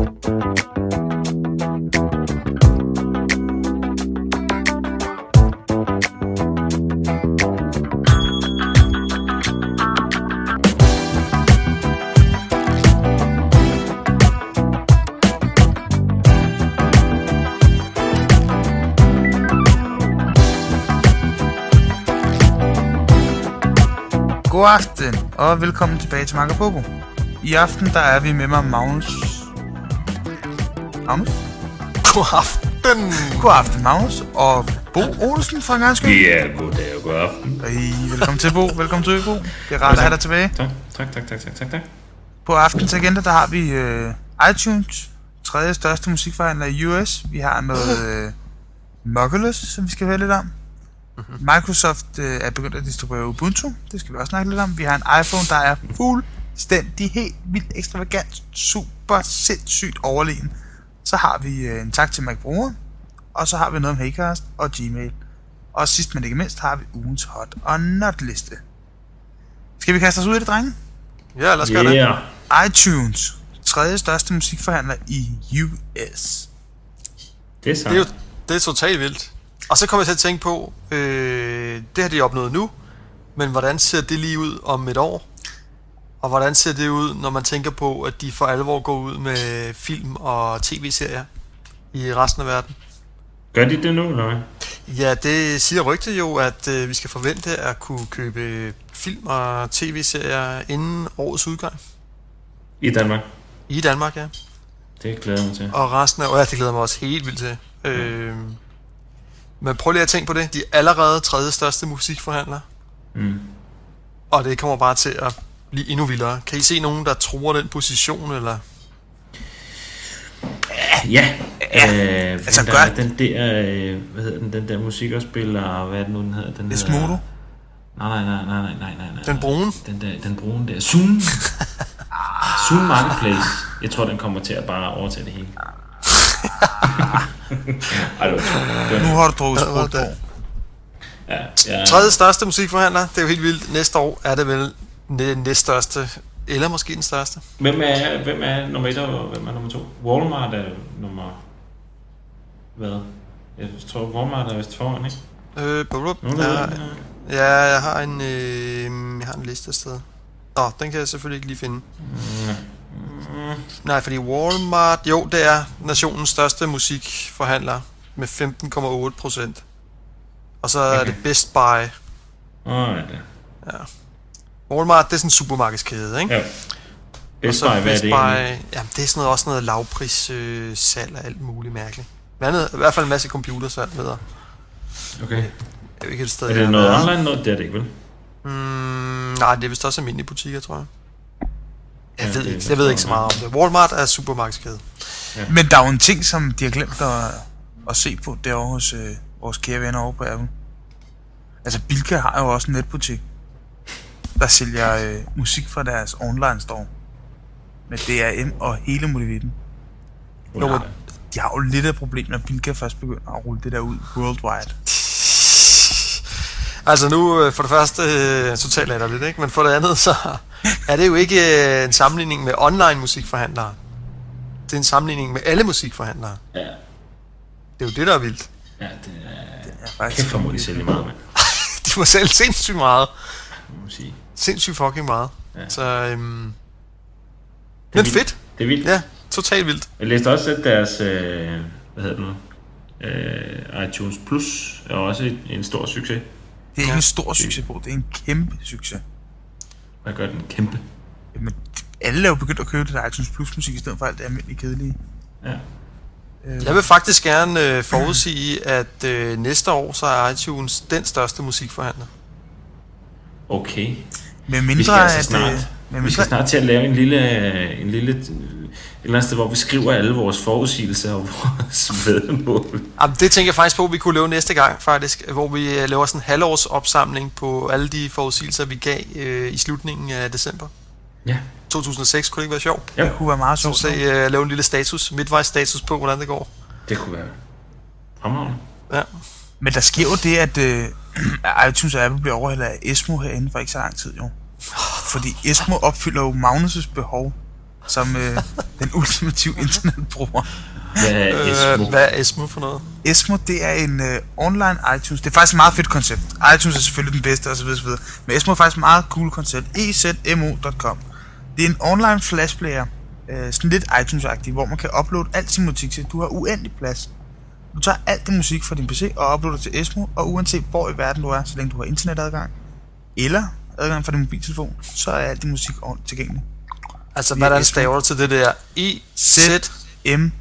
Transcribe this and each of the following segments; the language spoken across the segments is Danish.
God aften, og velkommen tilbage til Marco Popo. I aften, der er vi med mig, Magnus. God aften. God aften, Magnus. Og Bo Olsen fra en gang skyld. Ja, goddag og god aften. Velkommen til, Bo. Velkommen til, Bo. Det er rart at have dig tilbage. Tak. På aftens agenda, der har vi iTunes, tredje største musikforhandler i US. Vi har noget Mogulus, som vi skal høre lidt om. Microsoft er begyndt at distribuere Ubuntu. Det skal vi også snakke lidt om. Vi har en iPhone, der er fuldstændig helt vildt ekstravagant, super sindssygt overlegen. Så har vi en tak til Mac-brugere. Og så har vi noget om Acast og Gmail. Og sidst men ikke mindst har vi ugens hot og not liste. Skal vi kaste os ud i det, drenge? Ja, lad os gøre det. iTunes, tredje største musikforhandler i US. Det er sandt. Det er totalt vildt. Og så kommer jeg til at tænke på, det har de opnået nu, men hvordan ser det lige ud om et år? Og hvordan ser det ud, når man tænker på, at de for alvor går ud med film og tv-serier i resten af verden? Gør de det nu, eller hvad? Ja, det siger rygtet jo, at vi skal forvente at kunne købe film og tv-serier inden årets udgang. I Danmark? I Danmark, ja. Det glæder jeg mig til. Og resten af det glæder mig også helt vildt til. Men prøv lige at tænke på det. De er allerede tredje største musikforhandlere. Og det kommer bare til at blive endnu vildere. Kan I se nogen, der tror den position, eller? Ja. Altså der er den der, hvad hedder den der musikafspiller, hvad er det nu, den hedder? Den Esmodo? Nej. Den brune? Den brune der. Zoom. Zoom Marketplace. Jeg tror, den kommer til at bare overtage det hele. Nu har du drukket sprut på. Ja. Tredje største musikforhandler, det er jo helt vildt. Næste år er det vel næststørste, eller måske den største. Hvem er nummer 1 og hvem er nummer 2? Walmart er nummer... Hvad? Jeg tror, Walmart er vist foran, ikke? Jeg har en liste et sted. Nå, den kan jeg selvfølgelig ikke lige finde. Nej, fordi Walmart, jo, det er nationens største musikforhandler med 15,8%. Og så er det Best Buy. Ja. Walmart, det er sådan en supermarkedskæde, ikke? Ja. Best Buy, hvad er det egentlig? Ja, det er sådan noget, også noget lavpris salg og alt muligt mærkeligt. I hvert fald en masse computersalg med. Okay. Er det noget online noget? Det er det ikke, vel? Nej, det er vist også almindelige butikker, tror jeg. Jeg ved ikke så meget om det. Walmart er supermarkedskæde. Ja. Men der er jo en ting, som de har glemt at se på derovre hos vores kære venner over på Apple. Altså Bilka har jo også en netbutik, der sælger musik fra deres online store med DRM og hele muligheden. De har jo lidt af problemet, når Bilka først begynder at rulle det der ud worldwide. Altså nu, for det første, totalt er der lidt, ikke? Men for det andet, så er det jo ikke en sammenligning med online musikforhandlere. Det er en sammenligning med alle musikforhandlere. Ja. Det er jo det, der er vildt. Ja, det er faktisk... Kæft, må de sælge meget, mand. De må sælge sindssygt meget. Må sige. Sindssygt fucking meget. Ja. Så, men fedt. Det er vildt. Ja, totalt vildt. Jeg læste også, at deres, hvad hedder det nu, iTunes Plus er også en stor succes. Det er ikke en stor succes på, det er en kæmpe succes. Hvad gør den kæmpe? Jamen, alle er jo begyndt at købe det der iTunes Plus musik, i stedet for alt det almindelige kedelige. Ja. Jeg vil faktisk gerne forudsige, at næste år så er iTunes den største musikforhandler. Okay. Med mindre, vi skal snart til at lave en lille et eller andet sted, hvor vi skriver alle vores forudsigelser og vores vedmål. Jamen, det tænker jeg faktisk på, at vi kunne lave næste gang, faktisk, hvor vi laver sådan en halvårsopsamling på alle de forudsigelser, vi gav i slutningen af december. Ja. 2006, kunne det ikke være sjovt? Ja. Det kunne være meget sjovt. Så lave en lille midtvejs status på, hvordan det går. Det kunne være fremragende. Ja. Men der sker jo det, at iTunes og Apple bliver overhældet af Esmo herinde for ikke så lang tid, jo. Fordi Esmo opfylder jo Magnus' behov som den ultimative internetbruger. Hvad er Esmo for noget? Esmo, det er en online iTunes. Det er faktisk et meget fedt koncept. iTunes er selvfølgelig den bedste, osv. Men Esmo er faktisk et meget cool koncept. ezmo.com. Det er en online flashplayer, sådan lidt iTunes-agtig, hvor man kan uploade alt sin musik til. Du har uendelig plads. Du tager alt din musik fra din PC og uploader til Esmo, og uanset hvor i verden du er, så længe du har internetadgang, eller adgang fra din mobiltelefon, så er al din musik tilgængelig. Altså, hvordan staver du til det der? ezmo.com.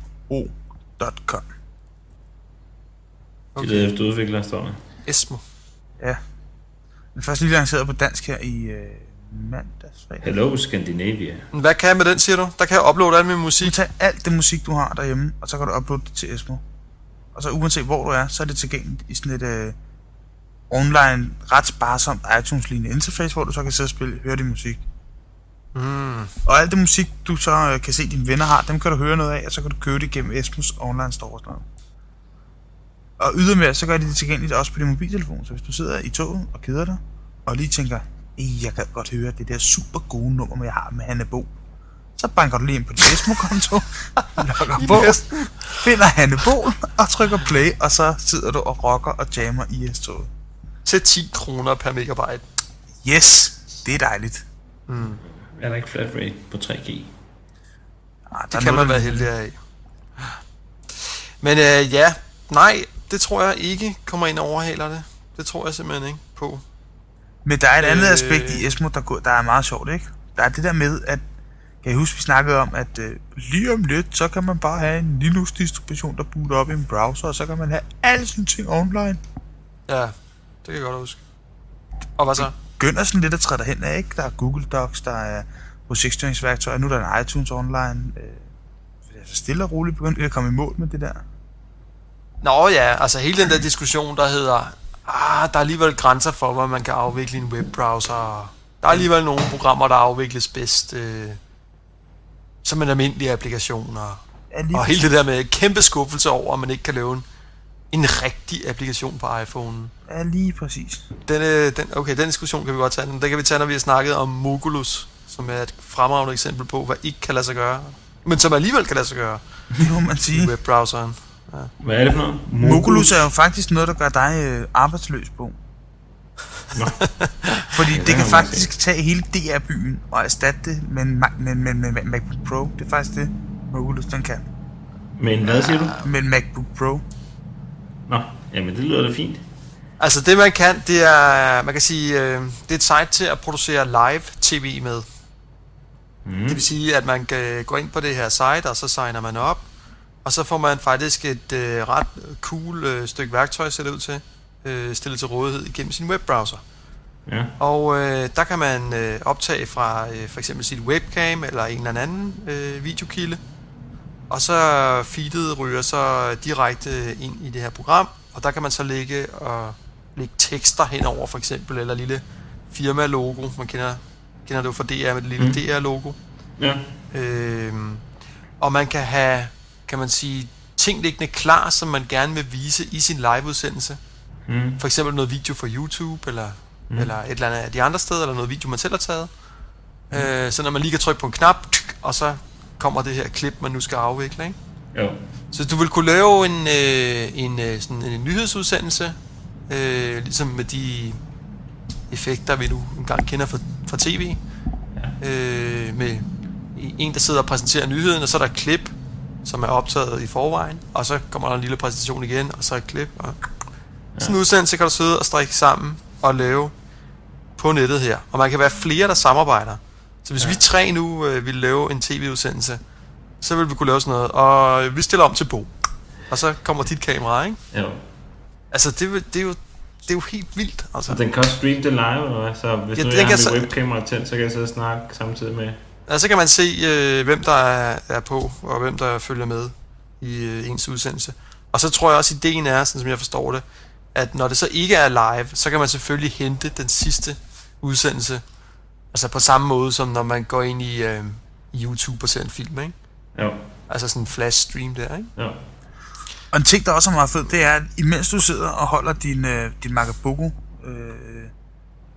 Okay. Det er efter udvikler, står der. Esmo. Ja. Den første lige lanceret på dansk her i mandags. Hello Scandinavia. Hvad kan jeg med den, siger du? Der kan jeg uploade al min musik. Du tager alt det musik, du har derhjemme, og så kan du uploade det til Esmo. Og så uanset hvor du er, så er det tilgængeligt i sådan et online, ret sparsomt iTunes-lignende interface, hvor du så kan sidde og høre din musik. Og alt det musik, du så kan se dine venner har, dem kan du høre noget af, og så kan du købe det gennem Esmos online store. Og ydermere, så gør de det tilgængeligt også på din mobiltelefon. Så hvis du sidder i toget og keder dig, og lige tænker, jeg kan godt høre det der super gode nummer, jeg har med Hanne Bo, så banker du lige ind på din Esmo-konto, logger på, finder Hanne Bo og trykker play, og så sidder du og rocker og jammer i S-toget. Til 10 kroner per megabyte. Yes, det er dejligt. Er der ikke flat rate på 3G? Det kan man være heldig af. Men nej, det tror jeg ikke kommer ind og overhaler det. Det tror jeg simpelthen ikke på. Men der er et andet aspekt i Esmo, der er meget sjovt, ikke? Der er det der med, at kan jeg huske, vi snakkede om, at lige om lidt, så kan man bare have en Linux-distribution, der booter op i en browser, og så kan man have alle sine ting online. Ja, det kan jeg godt huske. Og hvad så? Det begynder sådan lidt at træde derhen af, ikke? Der er Google Docs, der er projektstyringsværktøjer, nu er der en iTunes online. Det er så stille og roligt begyndt at komme i mål med det der. Nå ja, altså hele den der diskussion, der hedder, der er alligevel grænser for, hvor man kan afvikle en webbrowser. Der er alligevel nogle programmer, der afvikles bedst som en almindelig applikation. Og hele det der med kæmpe skuffelse over, at man ikke kan lave en rigtig applikation på iPhone'en. Ja, lige præcis. Den diskussion kan vi godt tage. Den kan vi tage, når vi har snakket om Mogulus, som er et fremragende eksempel på, hvad ikke kan lade sig gøre, men som alligevel kan lade sig gøre. Det må man sige. I webbrowseren. Ja. Hvad er det for noget? Mogulus er jo faktisk noget, der gør dig arbejdsløs på. Fordi det kan faktisk tage hele DR-byen og erstatte det med en MacBook Pro. Det er faktisk det, Mogulus den kan. Men hvad siger du? Med en MacBook Pro. Nå, jamen det lyder da fint. Altså det man kan, det er, man kan sige, det er et site til at producere live tv med. Det vil sige, at man kan gå ind på det her site, og så signer man op, og så får man faktisk et ret cool stykke værktøj sætte ud til, stillet til rådighed igennem sin webbrowser. Ja. Og der kan man optage fra for eksempel sit webcam eller en eller anden videokilde, og så feedet ryger så direkte ind i det her program, og der kan man så lægge tekster henover for eksempel, eller lille firma-logo, man kender det jo fra DR med det lille DR-logo. Ja. Og man kan have, kan man sige, ting liggende klar, som man gerne vil vise i sin live-udsendelse. For eksempel noget video fra YouTube, eller et eller andet af de andre steder, eller noget video, man selv har taget. Så når man lige kan trykke på en knap, og så kommer det her klip, man nu skal afvikle, ikke? Jo. Så du vil kunne lave sådan en nyhedsudsendelse, ligesom med de effekter, vi nu engang kender fra tv. Ja. Med en, der sidder og præsenterer nyheden, og så er der et klip, som er optaget i forvejen, og så kommer der en lille præsentation igen, og så et klip. Og sådan en udsendelse kan du sidde og strikke sammen og lave på nettet her. Og man kan være flere, der samarbejder. Så hvis vi tre nu ville lave en tv-udsendelse, så ville vi kunne lave sådan noget, og vi stiller om til Bo. Og så kommer dit kamera, ikke? Jo. Altså, det er jo helt vildt, altså. Og den kan også streame det live, eller så hvis nu jeg har mit webkamera tændt, så kan jeg sidde og snakke samtidig med. Ja, så kan man se, hvem der er på, og hvem der følger med i ens udsendelse. Og så tror jeg også, ideen er, sådan som jeg forstår det, at når det så ikke er live, så kan man selvfølgelig hente den sidste udsendelse, altså på samme måde, som når man går ind i YouTube og ser en film, ikke? Jo. Altså sådan en flash stream der, ikke? Jo. Og en ting, der også er meget fed, det er, at imens du sidder og holder din MacBook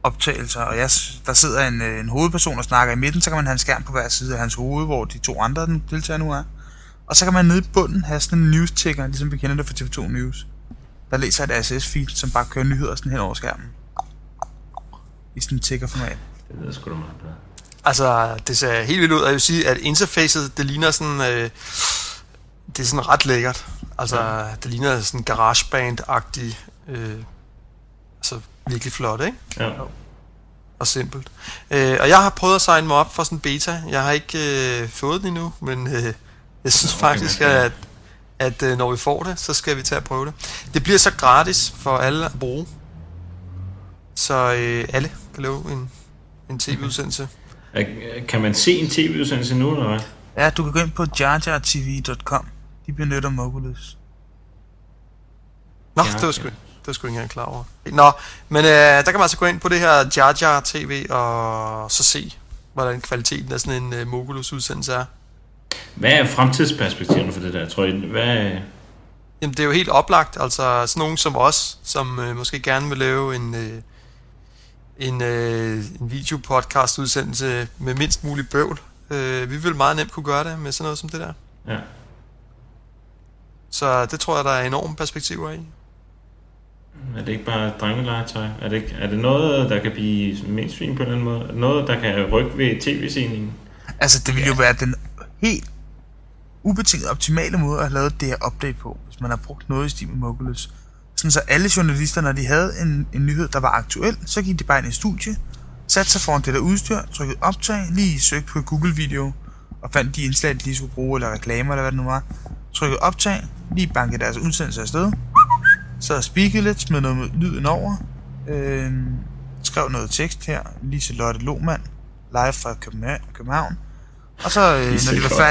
optagelser, og der sidder en hovedperson og snakker i midten, så kan man have en skærm på hver side af hans hoved, hvor de to andre deltagere nu er. Og så kan man nede i bunden have sådan en news-ticker, ligesom vi kender det fra TV2 News, der læser et RSS-feed, som bare kører nyheder sådan hen over skærmen. I sådan en ticker-format. Det lyder sgu da meget bedre. Altså, det ser helt vildt ud, og jeg vil sige, at interfacet, det ligner sådan, det er sådan ret lækkert. Altså, det ligner sådan GarageBand-agtig, altså virkelig flot, ikke? Ja. Og simpelt. Og jeg har prøvet at signe mig op for sådan en beta. Jeg har ikke fået den endnu, men jeg synes faktisk, at når vi får det, så skal vi tage at prøve det. Det bliver så gratis for alle at bruge. Så alle kan lave en tv-udsendelse. Kan man se en tv-udsendelse nu, eller hvad? Ja, du kan gå ind på jarjartv.com. De benytter Mogulus. Nå, det var sgu ikke engang klar over. Nå, men der kan man altså gå ind på det her Jar Jar TV og så se, hvordan kvaliteten af sådan en Mogulus-udsendelse er. Hvad er fremtidsperspektiverne for det der, tror jeg? Jamen, det er jo helt oplagt. Altså, sådan nogen som os, som måske gerne vil lave en videopodcast-udsendelse med mindst mulig bøvl. Vi vil meget nemt kunne gøre det med sådan noget som det der. Ja. Så det tror jeg, der er enorme perspektiver i. Er det ikke bare drengelegetøj? Er det noget, der kan blive mainstream på en eller anden måde? Noget, der kan rykke ved tv-sceningen? Altså, det ville jo være den helt ubetinget optimale måde at have lavet det her update på, hvis man har brugt noget i stil med Mogulus. Sådan så alle journalister, når de havde en nyhed, der var aktuel, så gik de bare ind i studie, satte sig foran det der udstyr, trykkede optag, lige søgte på Google-video, og fandt de indslag, de lige skulle bruge, eller reklamer, eller hvad det nu var. Trykkede optag, lige bankede deres udsendelse afsted, så speakede lidt, smed noget lyd ind over, skrev noget tekst her, Liselotte Lohmann, live fra København, og så når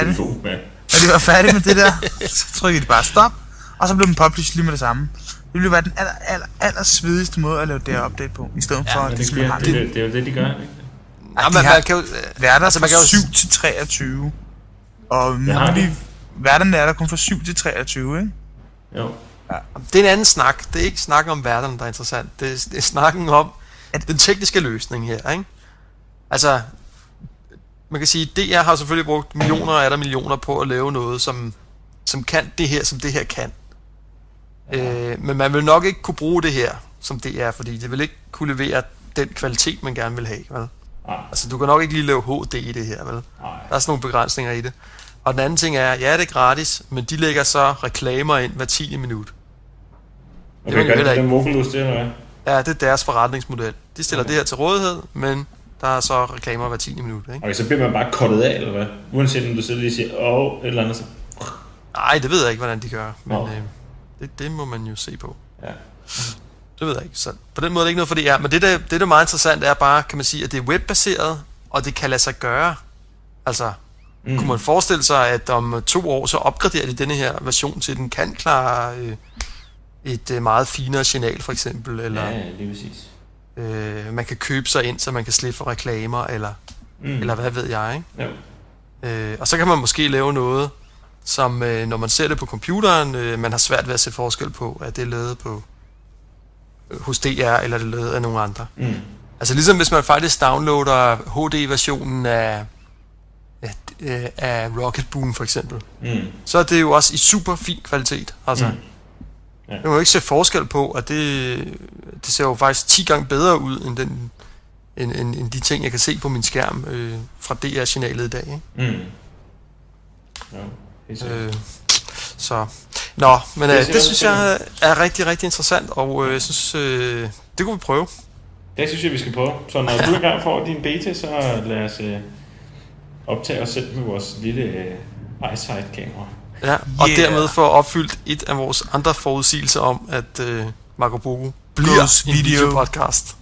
de var færdige med det der, så trykkede de bare stop, og så blev den published lige med det samme. Det ville være den aller svedigste måde at lave det her update på, i stedet for at det er jo det, de gør, ikke? Ja, man kan jo værter fra 7 til 23. Og værterne er der kun fra 7 til 23, ikke? Jo. Ja. Det er en anden snak. Det er ikke snakken om værterne, der er interessant. Det er snakken om den tekniske løsning her, ikke? Altså, man kan sige, DR har selvfølgelig brugt millioner på at lave noget, som kan det her, som det her kan. Men man vil nok ikke kunne bruge det her, som det er, fordi det vil ikke kunne levere den kvalitet, man gerne vil have, vel? Altså, du kan nok ikke lige lave HD i det her, vel? Der er sådan nogle begrænsninger i det. Og den anden ting er, ja, det er gratis, men de lægger så reklamer ind hver 10. minut. Og det gør de den Mogulus, det, eller hvad? Ja, det er deres forretningsmodel. De stiller det her til rådighed, men der er så reklamer hver 10. minut, ikke? Okay, så bliver man bare kottet af, eller hvad? Uanset om du sidder lige og siger, et eller andet, så... Nej, det ved jeg ikke, hvordan de gør, men det må man jo se på. Ja. Det ved jeg ikke, så på den måde er det ikke noget for det er, men det der er meget interessant er bare, kan man sige, at det er webbaseret, og det kan lade sig gøre. Altså, kunne man forestille sig, at om 2 år, så opgraderer de denne her version til, den kan klare et meget finere signal, for eksempel, eller... Ja, lige præcis. Man kan købe sig ind, så man kan slippe for reklamer, eller hvad ved jeg, ikke? Ja. Og så kan man måske lave noget, som når man ser det på computeren, man har svært ved at se forskel på, at det er lavet på hos DR, eller det er lavet af nogle andre. Altså ligesom hvis man faktisk downloader HD-versionen af Rocket Boom for eksempel, så er det jo også i super fin kvalitet. Altså, man må jo ikke se forskel på, at det ser jo faktisk 10 gange bedre ud end de ting, jeg kan se på min skærm fra DR-signalet i dag. Ikke? Så nå, men det synes jeg er rigtig, rigtig interessant, og jeg synes, det kunne vi prøve. Det synes jeg, vi skal prøve. Så når du engang får din beta, så lad os optage os selv med vores lille iSight-kamera. Ja, og dermed få opfyldt et af vores andre forudsigelser om, at Marco Polo bliver en videopodcast.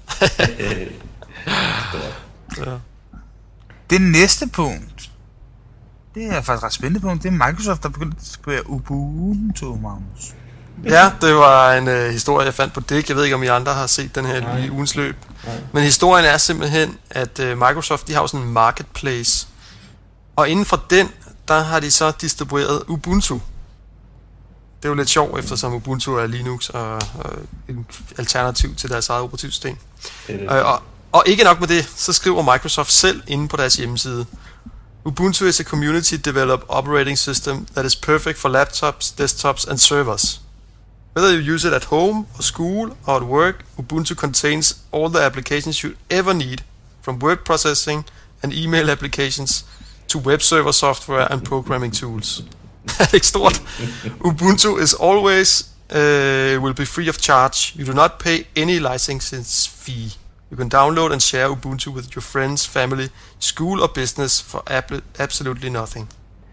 Ja. Det næste punkt, det er faktisk ret spændende punkt. Det er Microsoft, der begyndte at distribuere Ubuntu, Magnus. Ja, det var en historie, jeg fandt på Dick. Jeg ved ikke, om I andre har set den her i ugens løb. Men historien er simpelthen, at Microsoft, de har jo sådan en marketplace. Og inden for den, der har de så distribueret Ubuntu. Det er jo lidt sjovt, eftersom Ubuntu er Linux og en alternativ til deres eget operativsystem. Og ikke nok med det, så skriver Microsoft selv inde på deres hjemmeside. Ubuntu is a community-developed operating system that is perfect for laptops, desktops and servers. Whether you use it at home, or school, or at work, Ubuntu contains all the applications you ever need, from word processing and email applications to web server software and programming tools. Det er ikke stort. Ubuntu is always will be free of charge. You do not pay any licensing fee. You can download and share Ubuntu with your friends, family, school or business for absolutely nothing.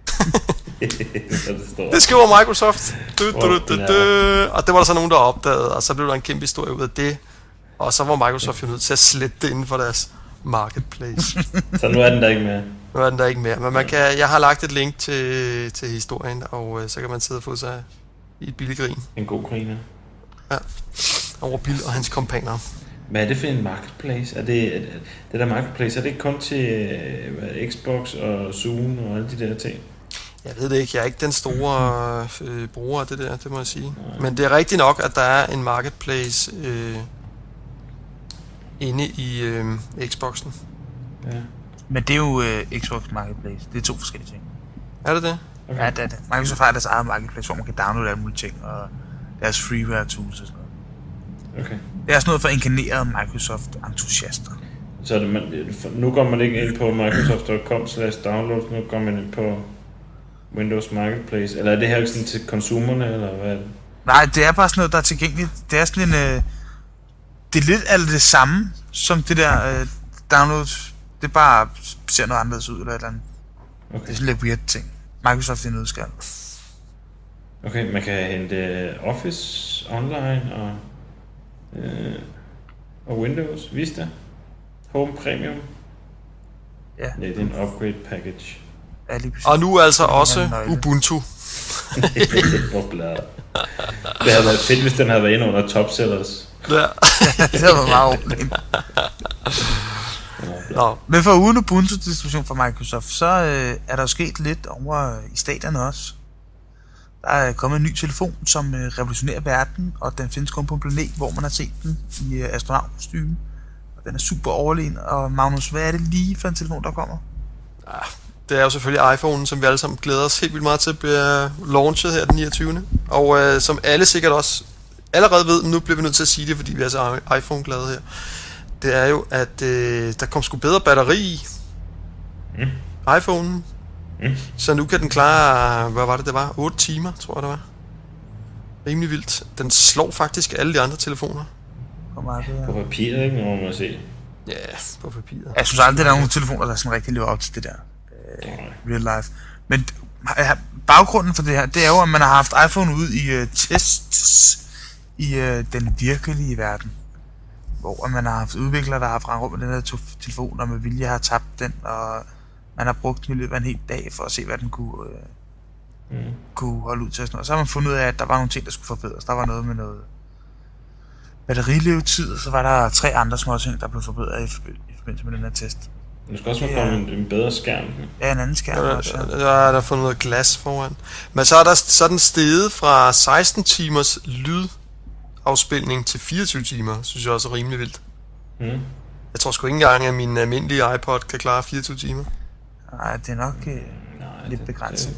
Det skriver Microsoft. Og det var der så nogen, der opdagede, og så blev der en kæmpe historie ud af det. Og så var Microsoft jo nødt til at slette det inden for deres marketplace. Så nu er den der ikke mere. Nu er den der ikke mere, men jeg har lagt et link til historien, og så kan man sidde og få sig i et billigt grin. En god griner. Ja, over Bill og hans kompaner. Hvad er det for en marketplace? Er det der marketplace, er det ikke kun til Xbox og Zoom og alle de der ting? Jeg ved det ikke, jeg er ikke den store bruger af det der, det må jeg sige. Nej. Men det er rigtigt nok, at der er en marketplace inde i Xboxen. Ja. Men det er jo Xbox Marketplace, det er 2 forskellige ting. Er det det? Okay. Ja, det er det. Microsoft har deres eget marketplace, hvor man kan downloade alle mulige ting, og deres freeware tools og sådan noget. Okay. Det er sådan noget for inkarnerede Microsoft-entusiaster. Så er det, nu går man ikke ind på microsoft.com/downloads, nu går man ind på Windows Marketplace, eller er det her sådan til konsumerne, eller hvad er det? Nej, det er bare sådan noget, der er tilgængeligt. Det er sådan en... det er lidt af det samme, som det der downloads. Det bare ser noget anderledes ud, eller et eller andet. Okay. Det er sådan lidt weird ting. Microsoft er nødskal. Okay, man kan hente Office online og Windows Vista. Home Premium. Ja. Det er en upgrade package. Ja, lige præcis. Og nu altså også Ubuntu. Det havde været fedt, hvis den havde været inde under topsellers. Ja. Det havde været meget problem. Men for uden Ubuntu-distribution fra Microsoft, så er der jo sket lidt over i staterne også. Der er kommet en ny telefon, som revolutionerer verden, og den findes kun på en planet, hvor man har set den i astronautkostyme. Og den er super overlegen, og Magnus, hvad er det lige for en telefon, der kommer? Ja, det er jo selvfølgelig iPhone, som vi alle sammen glæder os helt vildt meget til, bliver launchet her den 29. Og som alle sikkert også allerede ved, nu bliver vi nødt til at sige det, fordi vi er så iPhone-glade her. Det er jo, at der kom sgu bedre batteri i iPhone'en. Så nu kan den klare, hvad var det var? 8 timer, tror jeg det var. Rimelig vildt. Den slår faktisk alle de andre telefoner. På papiret, ikke? Må man se. Ja, på papiret. Jeg synes aldrig, der er nogle telefoner, der sådan rigtig lever op til det der real life. Men baggrunden for det her, det er jo, at man har haft iPhone ud i tests i den virkelige verden. Hvor man har haft udviklere, der har haft rum med den her telefon, og med vilje har tabt den, og man har brugt den i løbet af en hel dag for at se, hvad den kunne holde ud til. Og så har man fundet ud af, at der var nogle ting, der skulle forbedres. Der var noget med noget batterilevetid, og så var der 3 andre små ting, der blev forbedret i forbindelse med den her test. Der skal også komme en bedre skærm. Ja, en anden skærm også. Der er fundet noget glas foran. Men så er den steget fra 16 timers lydafspilning til 24 timer, synes jeg også er rimelig vildt. Jeg tror sgu ikke engang, at min almindelige iPod kan klare 24 timer. Nej, det er nok lidt begrænset.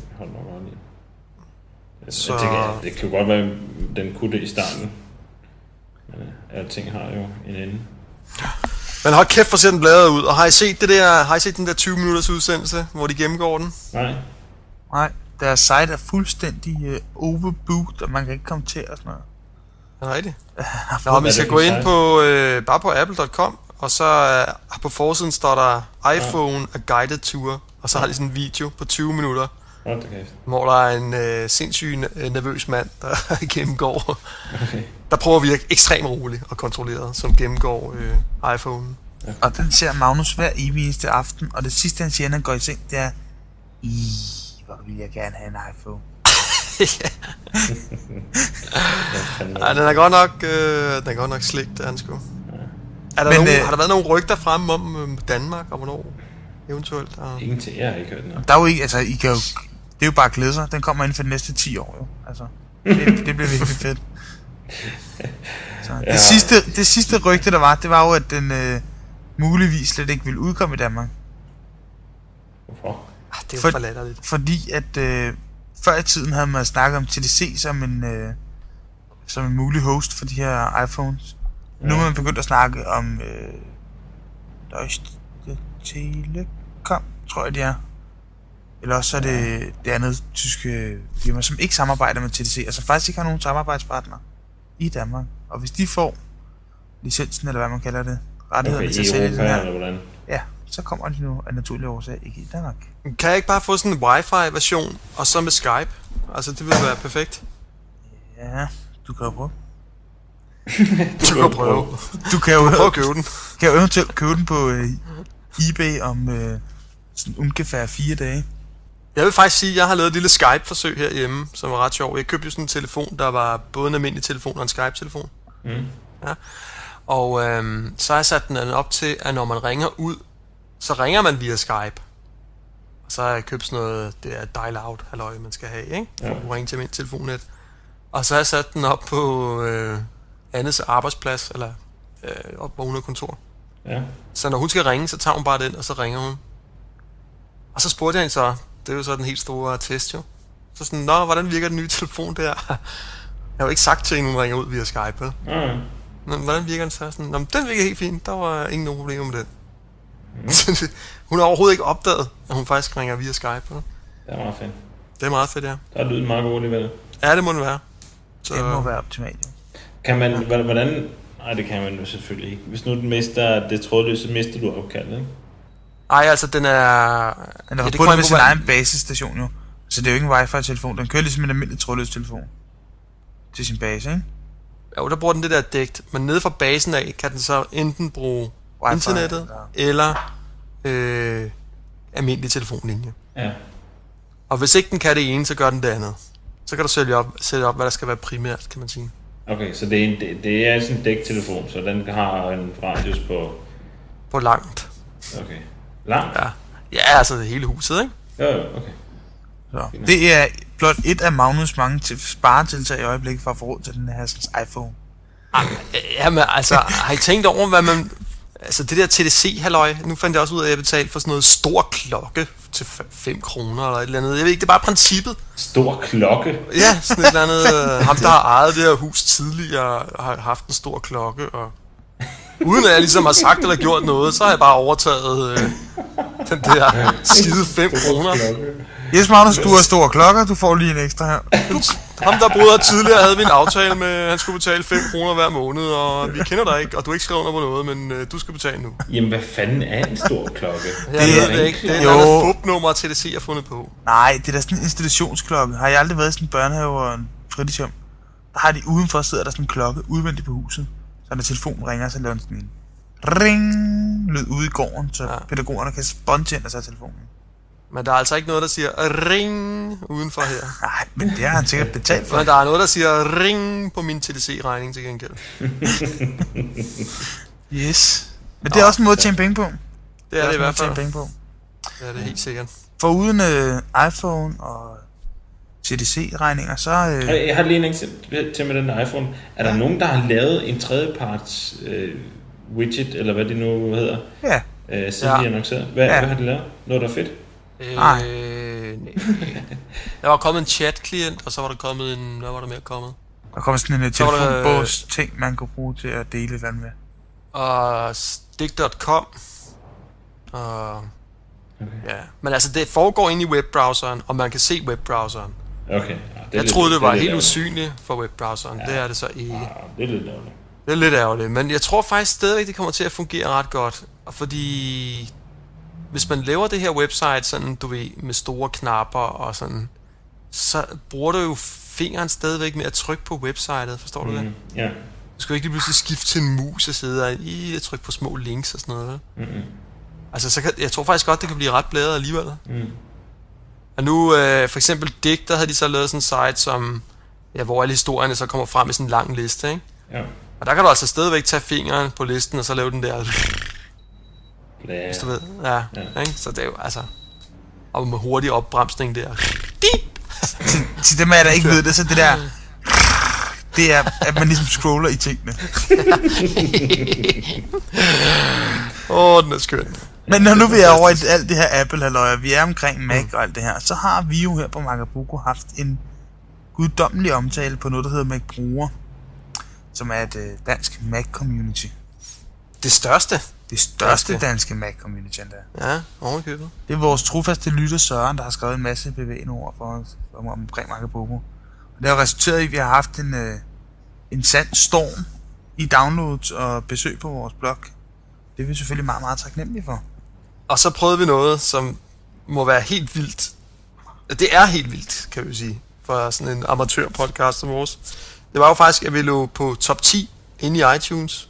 Så... Det kan jo godt være, den kunne det i starten. Alting har jo en ende. Men hold kæft, hvor ser den bladret ud. Og har I set den der 20 minutters udsendelse, hvor de gennemgår den? Nej, deres site er fuldstændig overbooked, og man kan ikke komme til og sådan noget. Er det rigtigt? Nå, vi skal gå ind på bare på apple.com, og så på forsiden står der iPhone A Guided Tour, og så har de sådan en video på 20 minutter, hvor der er en sindssyg nervøs mand, der gennemgår, der prøver at virke ekstremt roligt og kontrolleret, som gennemgår iPhone. Og den ser Magnus hver evig eneste aften, og det sidste han siger, når han går i seng, det er hvor vil jeg gerne have en iPhone. Ej, den er godt nok slik, det han sgu. Har der været nogle rygter fremme om Danmark, og hvornår eventuelt? Ingenting, jeg har ikke hørt noget. Der er jo ikke, altså, det er jo bare at glæde sig. Den kommer inden for de næste 10 år, jo. Altså, det bliver virkelig fedt. Så, det sidste rygte, der var, det var jo, at muligvis slet ikke vil udkomme i Danmark. Hvorfor? Det er jo for latterligt. Fordi at før i tiden havde man snakket om TDC som en mulig host for de her iPhones. Ja. Nu er man begyndt at snakke om Deutsche Telekom, tror jeg det er. Eller også er det andet tyske firma, som ikke samarbejder med TDC, altså faktisk ikke har nogen samarbejdspartnere i Danmark. Og hvis de får licensen, eller hvad man kalder det, rettighederne til at sælge den her, ja, så kommer de nu af naturlige årsager ikke i Danmark. Kan jeg ikke bare få sådan en wifi-version, og så med Skype? Altså, det ville være perfekt. Ja, du kan jo prøve. Du kan prøve. Du kan jo prøve at købe den. Kan jo eventuelt købe den på eBay om sådan ungefær 4 dage. Jeg vil faktisk sige, at jeg har lavet et lille Skype-forsøg herhjemme, som var ret sjov. Jeg købte jo sådan en telefon, der var både en almindelig telefon og en Skype-telefon. Mm. Ja. Og så har jeg sat den op til, at når man ringer ud, så ringer man via Skype. Og så har jeg købt sådan noget, det er dial-out halløj, man skal have, ikke? For at ringe til min telefonnet. Og så har jeg sat den op på Annes arbejdsplads, eller op på 100 kontor. Ja. Så når hun skal ringe, så tager hun bare den, og så ringer hun. Og så spurgte jeg hende så, det er jo så den helt store test jo. Så sådan, nå, hvordan virker den nye telefon der? Jeg har jo ikke sagt til hende, hun ringer ud via Skype, vel? Men hvordan virker den så? Sådan, nå, den virker helt fint, der var ingen nogen problemer med den. Hun har overhovedet ikke opdaget, at hun faktisk ringer via Skype, vel? Det er meget fedt. Det er meget fedt, ja. Der er lyden meget god alligevel. Ja, det må det være. Så det må være optimalt, jo. Kan man, hvordan... Nej, det kan man jo selvfølgelig ikke. Hvis nu den mister det trådløse, så mister du opkaldet, ikke? Ej, altså den er forbundet med sin egen basisstation jo. Så det er jo ikke en wifi-telefon. Den kører ligesom en almindelig trådløs telefon til sin base, ikke? Jo, der bruger den det der dækt. Men nede fra basen af kan den så enten bruge Wi-Fi, internettet eller almindelig telefonlinje. Ja. Og hvis ikke den kan det ene, så gør den det andet. Så kan du sætte op, hvad der skal være primært, kan man sige. Okay, så det er sådan en dæktelefon, så den har en radius på langt. Okay. Langt? Ja, altså det hele huset, ikke? Jo, okay. Så. Det er blot et af Magnus mange sparetiltag i øjeblikket for at få råd til den her sådan, iPhone. Jamen altså, har I tænkt over, hvad man... Altså det der TDC-halløj, nu fandt jeg også ud af, at jeg betalte for sådan noget stor klokke til 5 kroner eller et eller andet. Jeg ved ikke, det er bare princippet. Stor klokke? Ja, sådan et eller andet. Ham, der har ejet det her hus tidligere, har haft en stor klokke, og... Uden at jeg ligesom har sagt eller gjort noget, så har jeg bare overtaget den der skide 5 kroner. Yes, Magnus, du har store klokker, du får lige en ekstra her. Ham, der boede her tidligere, havde vi en aftale med, at han skulle betale 5 kroner hver måned, og vi kender dig ikke, og du er ikke skrevet under på noget, men du skal betale nu. Jamen, hvad fanden er en stor klokke? Jeg ved det ikke. Det er et andet fupnummer til TDC, jeg har fundet på. Nej, det er da sådan en institutionsklokke. Har jeg aldrig været i sådan en børnehave og en fritidshjem? Der har de udenfor, sidder der sådan en klokke udvendigt på huset. Så når telefonen ringer, så laver den sådan en ring lyd ude i gården, så pædagogerne kan spontant sig telefonen. Men der er altså ikke noget, der siger ring udenfor her. Nej, men det har han sikkert betalt for. Men der er noget, der siger ring på min TDC-regning til gengæld. Yes. Men det er også en måde at tjene penge på. Det er det i hvert fald. Penge på. Det er det helt sikkert. For uden iPhone og TDC-regninger, så... Jeg har lige en eksempel til med den iPhone. Er der nogen, der har lavet en tredjeparts widget, eller hvad det nu hedder? Ja. Siden de annonceret. Hvad har de lavet? Noget, der er fedt? Nej. Der var kommet en chat-klient, og så var der kommet en... Hvad var der mere kommet? Der kom sådan en telefonbås ting, man kunne bruge til at dele et med. Og Stick.com. Og... Ja, men altså det foregår inde i webbrowseren, og man kan se webbrowseren. Okay. Ja, jeg troede, det var helt usynligt for webbrowseren. Ja. Det er det så ikke. Det er lidt ærgerligt. Det er lidt ærgerligt, men jeg tror faktisk stadigvæk, det kommer til at fungere ret godt. Fordi hvis man laver det her website sådan, du ved, med store knapper og sådan, så bruger du jo fingeren stadigvæk med at trykke på websitet, forstår du det? Ja. Du skal jo ikke lige pludselig skifte til en mus og sidde og trykke på små links og sådan noget, vel? Altså, så jeg tror faktisk godt, det kan blive ret blæret alligevel. Og nu, for eksempel Dick, der havde de så lavet sådan en site, som, hvor alle historierne så kommer frem i sådan en lang liste, ikke? Ja. Og der kan du altså stadigvæk tage fingeren på listen, og så lave den der... Hvis du ved. Ja. Ikke? Så det er jo altså... Og med hurtig opbremsning der. Til dem af der ikke ved det, så det der... Det er, at man ligesom scroller i tingene. Den er skøn. Men når nu vi er over i alt det her Apple-halløj, vi er omkring Mac og alt det her, så har vi jo her på Magabuko haft en guddommelig omtale på noget, der hedder Mac Bruger, som er et dansk Mac-community. Det største? Det største danske Mac-community, endda. Ja, overkøbet. Det er vores trofaste lytter Søren, der har skrevet en masse bevægende ord for os omkring Magabuko. Og det har resulteret i, at vi har haft en sand storm i downloads og besøg på vores blog. Det er vi selvfølgelig meget, meget taknemmelige for. Og så prøvede vi noget, som må være helt vildt. Det er helt vildt, kan vi sige, for sådan en amatørpodcast som vores. Det var jo faktisk, at vi lå på top 10 inde i iTunes.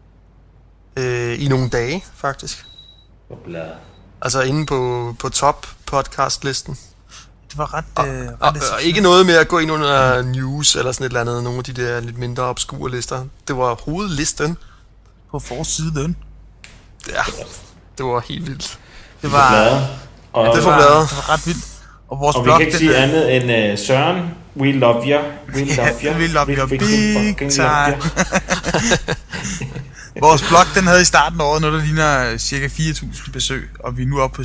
I nogle dage, faktisk. Altså inde på top podcast-listen. Det var ret... Og ikke noget med at gå ind under news eller sådan et eller andet, nogle af de der lidt mindre obskure lister. Det var hovedlisten. På forsiden. Ja, det var helt vildt. Det var ret vildt. Og vores og blog, vi kan ikke sige andet end Søren, we love you. We love you big time. Vores blog, den havde i starten af året noget, der ligner cirka 4.000 besøg, og vi er nu oppe på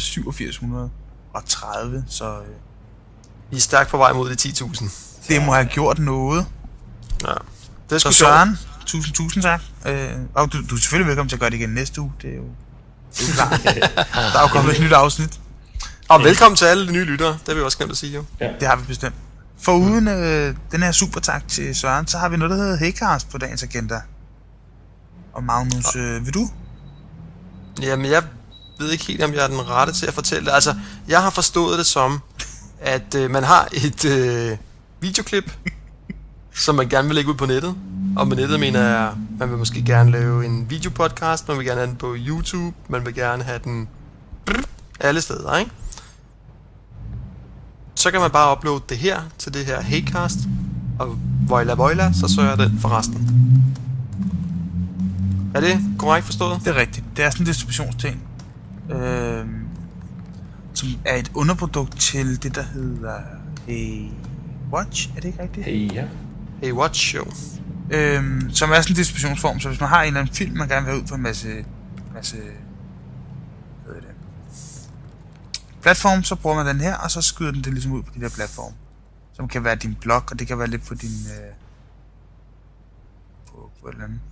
8730, så... Vi er stærkt på vej mod de 10.000. Det må have gjort noget. Ja. Det er så Søren, tusind tak. Og du er selvfølgelig velkommen til at gøre det igen næste uge, det er jo klart. Der er jo kommet et nyt afsnit. Og velkommen til alle de nye lyttere, det har vi også glemt at sige jo. Ja. Det har vi bestemt. Foruden den her super tak til Søren, så har vi noget, der hedder Heycast på dagens agenda. Og Magnus, vil du? Jamen, jeg ved ikke helt, om jeg er den rette til at fortælle det. Altså, jeg har forstået det som, at man har et videoklip, som man gerne vil lægge ud på nettet. Og med nettet mener jeg, man vil måske gerne lave en videopodcast, man vil gerne have den på YouTube, man vil gerne have den alle steder, ikke? Så kan man bare uploade det her til det her Heycast, og voila, så sørger den for resten. Er det korrekt forstået? Det er rigtigt. Det er sådan en distributionsting, som er et underprodukt til det, der hedder Hey Watch. Er det ikke rigtigt? Hey Watch Show. Som er sådan en distributionsform, så hvis man har en eller anden film, man gerne vil have ud på en masse platform, så bruger man den her, og så skyder den det ligesom ud på de der platform. Som kan være din blog, og det kan være lidt på din... på et eller andet.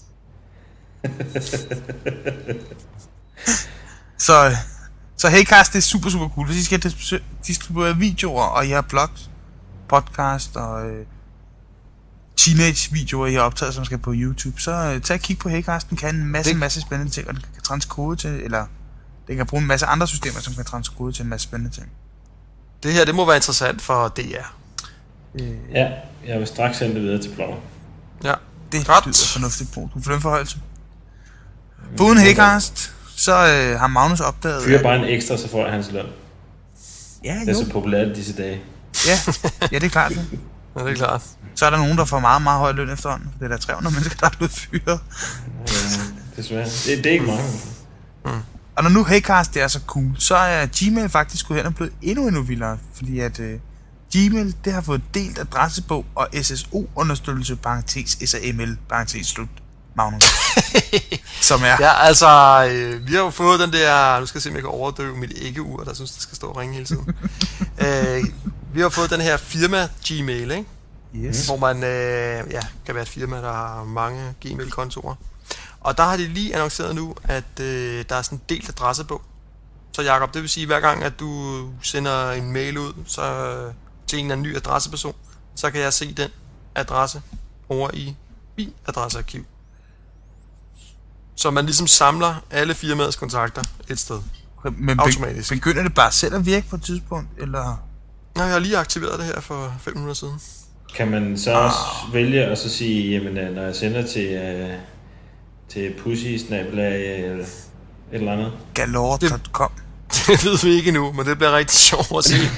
Så Heycast, det er super cool. Hvis I skal distribuere videoer, og I har blogs, podcast og teenage-videoer, I har optaget, som skal på YouTube, så tag og kig på Heycast. Den kan en masse spændende ting, og den kan transkode til, eller den kan bruge en masse andre systemer, som kan transkode til en masse spændende ting. Det her, det må være interessant for DR. Ja, jeg vil straks sende det videre til bloggen. Ja, det lyder fornuftigt på. Du får den forholdelse. Foruden Heycast, så har Magnus opdaget... Fyrer bare en ekstra, så får jeg hans løn. Ja, det er så populært disse dage. Ja, det er klart. Ja, det er klart. Så er der nogen, der får meget, meget høj løn efterhånden. Det er der 300 mennesker, der er blevet fyret. Ja, desværre. Det er ikke mange. Og når nu Heycast det er så cool, så er Gmail faktisk gået hen og blevet endnu vildere. Fordi at Gmail, det har fået delt adressebog og SSO-understøttelse, SAML, slut, Magnus. Som er... Ja, altså, vi har jo fået den der... Nu skal jeg se, om jeg kan overdøve mit ikke-ur, der synes, det skal stå og ringe hele tiden. Vi har fået den her firma Gmail, ikke? Yes. Hvor man kan være et firma, der har mange Gmail-kontorer. Og der har de lige annonceret nu, at der er sådan en delt adressebog. Så Jacob, det vil sige, at hver gang, at du sender en mail ud så til en eller anden ny adresseperson, så kan jeg se den adresse over i min adressearkiv. Så man ligesom samler alle firmaets kontakter et sted. Men automatisk. Begynder det bare selv at virke på et tidspunkt, eller? Nej, jeg har lige aktiveret det her for 5 minutter siden. Kan man så også vælge at så sige, jamen når jeg sender til pussy-snabelag eller et eller andet? Galore.com. Det ved vi ikke endnu, men det bliver rigtig sjovt at sige.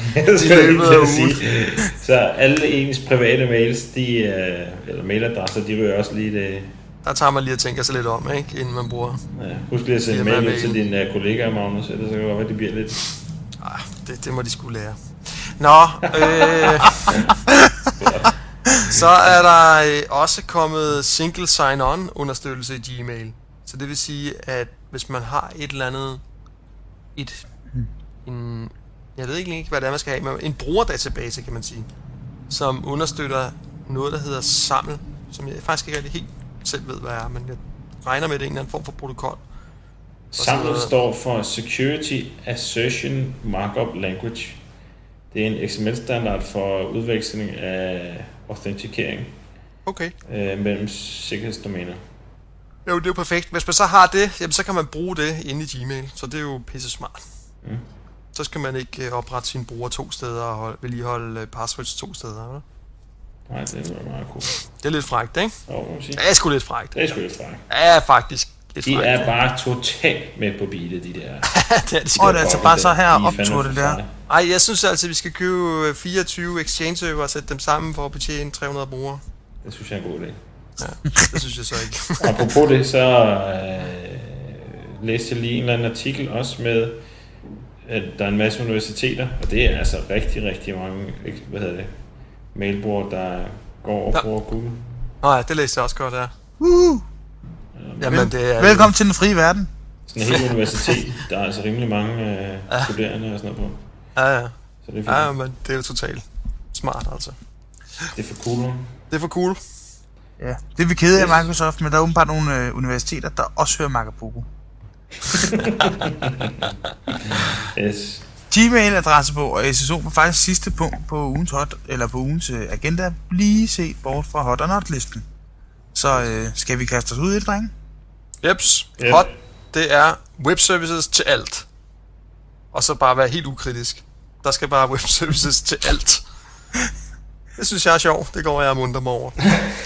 Så alle ens private mails, eller mailadresser, de rører også lige det. Der tager man lige at tænke sig lidt om, ikke, inden man bruger. Ja, husk lige at sende mail ud til dine kollegaer, Magnus, ellers så kan det godt være, det bliver lidt. Det må de skulle lære. Nå, så er der også kommet single sign-on understøttelse i Gmail. Så det vil sige, at hvis man har et eller andet, jeg ved ikke, hvad det er, man skal have, men en brugerdatabase, kan man sige, som understøtter noget, der hedder SAML, som jeg faktisk ikke rigtig helt selv ved, hvad er, men jeg regner med, det er en eller anden form for protokol. SAML står for Security Assertion Markup Language. Det er en XML-standard for udveksling af autentikering mellem sikkerhedsdomæner. Jo, det er jo perfekt. Hvis man så har det, jamen, så kan man bruge det inde i Gmail, så det er jo pisse smart. Så skal man ikke oprette sine brugere 2 steder og vedligeholde passwords 2 steder, eller? Nej, det er meget cool. Det er lidt frækt, ikke? Jo, må man sige. Det er sgu lidt frækt. Det er sgu lidt frækt. Ja, faktisk. De er bare totalt med på beatet, de der. Det er det Og det er altså bare så her optur det der. Ej, jeg synes altså, at vi skal købe 24 Exchange-server og sætte dem sammen for at betjene 300 brugere. Det synes jeg er en god idé. Ja, det synes jeg så ikke. Apropos det, så læste jeg lige en eller anden artikel også med, at der er en masse universiteter, og det er altså rigtig, rigtig mange, mailbrugere, der går og bruger Google. Nej, det læste jeg også godt, ja. Jamen, det er velkommen til den frie verden. Sådan et helt universitet, der er altså rimelig mange studerende og sådan noget på. Ja. Så det er fint. Ja, men det er jo totalt smart, altså. Det er for cool. Det er for cool. Ja, det er vi kede af Microsoft, men der er åbenbart nogle universiteter, der også hører Magabogo. Yes. Gmail-adressebog og SSO var faktisk sidste punkt på ugens ugens agenda, lige set bort fra hot og not listen. Så skal vi kaste os ud i det, drenge? Jeps. Hot, det er webservices til alt. Og så bare være helt ukritisk. Der skal bare webservices til alt. Det synes jeg er sjovt. Det går jeg munter mig over.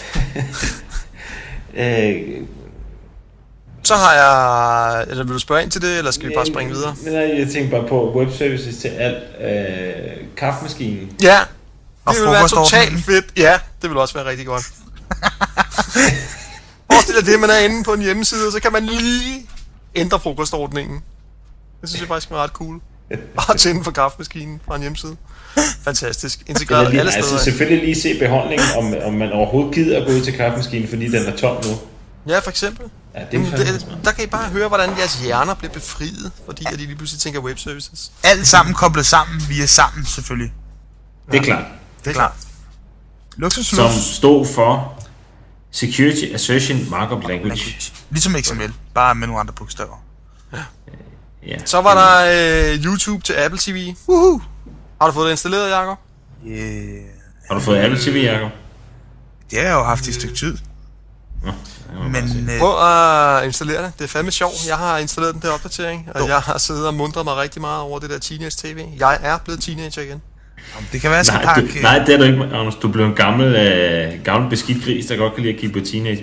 Så har jeg... Eller vil du spørge ind til det, eller skal vi bare springe videre? Jeg tænker bare på webservices til alt. Kaffemaskinen. Ja, det vil være totalt fedt. Ja, det vil også være rigtig godt. Forestil dig det, man er inde på en hjemmeside, og så kan man lige ændre frokostordningen. Det synes jeg faktisk er ret cool. Bare tænde for kaffemaskinen fra en hjemmeside. Fantastisk. Integreret alle steder. Altså selvfølgelig lige se beholdningen, om man overhovedet gider at gå ud til kaffemaskinen, fordi den er tom nu. Ja, for eksempel. Ja, der kan I bare høre, hvordan jeres hjerner bliver befriet, fordi at de lige pludselig tænker webservices. Alt sammen koblet sammen via sammen, selvfølgelig. Det er klart. Det er klart. Som stod for Security Assertion Markup Language. Ligesom XML, bare med nogle andre bogstaver. Ja. Så var der YouTube til Apple TV. Har du fået det installeret, Jacob? Yeah. Har du fået Apple TV, Jacob? Det har jeg jo haft i et stykke tid. Men prøv at installere det. Det er fandme sjovt. Jeg har installeret den der opdatering, og jeg har siddet og mundret mig rigtig meget over det der teenage-tv. Jeg er blevet teenager igen. Det kan være, at jeg skal pakke... Nej, det er du ikke, Magnus. Du blev en gammel beskidt gris, der godt kan lide at kigge på teenage.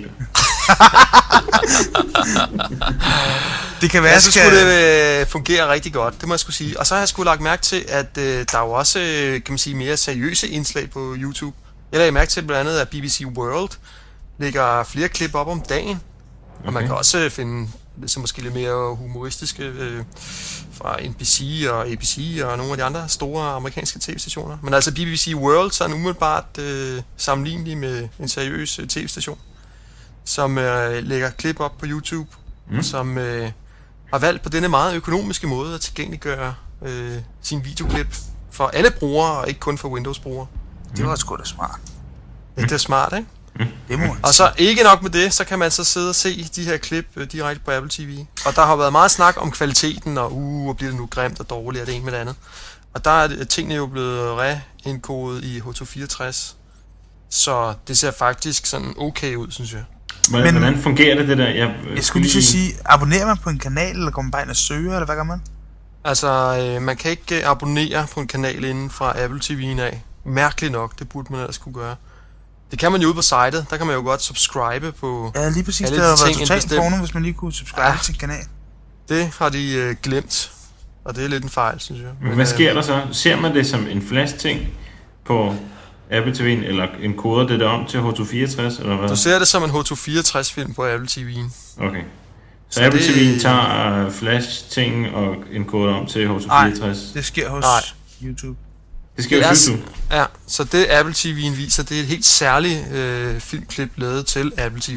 Det kan være, så skulle det fungere rigtig godt, det må jeg skulle sige. Og så har jeg skulle lagt mærke til, at der er jo også, kan man sige, mere seriøse indslag på YouTube. Jeg lagde mærke til blandt andet, at BBC World lægger flere klip op om dagen. Og man kan også finde så måske lidt mere humoristiske fra NBC og ABC og nogle af de andre store amerikanske tv-stationer. Men altså BBC World så er umiddelbart sammenlignelig med en seriøs tv-station, som lægger klip op på YouTube, som har valgt på denne meget økonomiske måde at tilgængeliggøre sin videoklip for alle brugere, og ikke kun for Windows-brugere. Det var sgu da smart. Ja, det er smart, ikke? Det må og så ikke nok med det, så kan man så sidde og se de her klip direkte på Apple TV. Og der har været meget snak om kvaliteten, og bliver det nu grimt og dårligt, og det ene med det andet. Og der er tingene jo blevet reindkodet i H264, så det ser faktisk sådan okay ud, synes jeg. Hvordan fungerer det der? Jeg skulle lige sige, abonnerer man på en kanal, eller går man bare ind og søger, eller hvad gør man? Altså, man kan ikke abonnere på en kanal inden fra Apple TV'en af. Mærkeligt nok, det burde man ellers kunne gøre. Det kan man jo ude på sitet, der kan man jo godt subscribe på. Ja, lige præcis, det har været totalt porno, hvis man lige kunne subscribe til en kanal. Det har de glemt, og det er lidt en fejl, synes jeg. Men hvad sker der så? Ser man det som en flash ting på Apple TV'en, eller en koder det der om til H264, eller hvad? Du ser det som en H264-film på Apple TV'en. Okay. Så Apple TV'en tager flash-ting og enkoder om til H264? Nej, det sker hos YouTube. Det sker hos YouTube? Ja, så det Apple TV'en viser, det er et helt særligt filmklip lavet til Apple TV.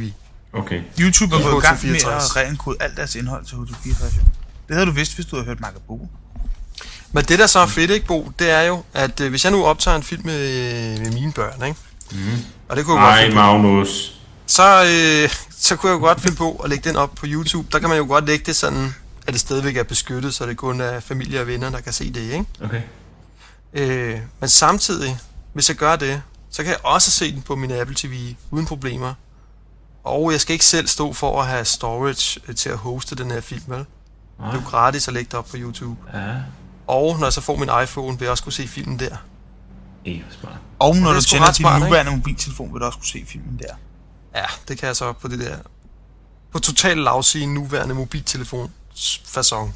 Okay. YouTube er gået i gang med H264. at reenkode alt deres indhold til H264. Det havde du vidst, hvis du havde hørt Magabogo. Men det der så er fedt, ikke, Bo, det er jo, at hvis jeg nu optager en film med mine børn, ikke? Og det kunne jeg godt finde på, Magnus. så kunne jeg jo godt finde på at lægge den op på YouTube. Der kan man jo godt lægge det sådan, at det stadigvæk er beskyttet, så det kun er familie og venner, der kan se det, ikke? Okay. Men samtidig, hvis jeg gør det, så kan jeg også se den på min Apple TV uden problemer. Og jeg skal ikke selv stå for at have storage til at hoste den her film, vel? Det er jo gratis at lægge det op på YouTube. Ja. Og når jeg så får min iPhone, vil jeg også kunne se filmen der. Ikke smart. Og når det er du sgu tænder ret smart, din ikke? nuværende mobiltelefon, vil du også kunne se filmen der. Ja, det kan jeg så på det der... På totalt lavsige nuværende mobiltelefon façon.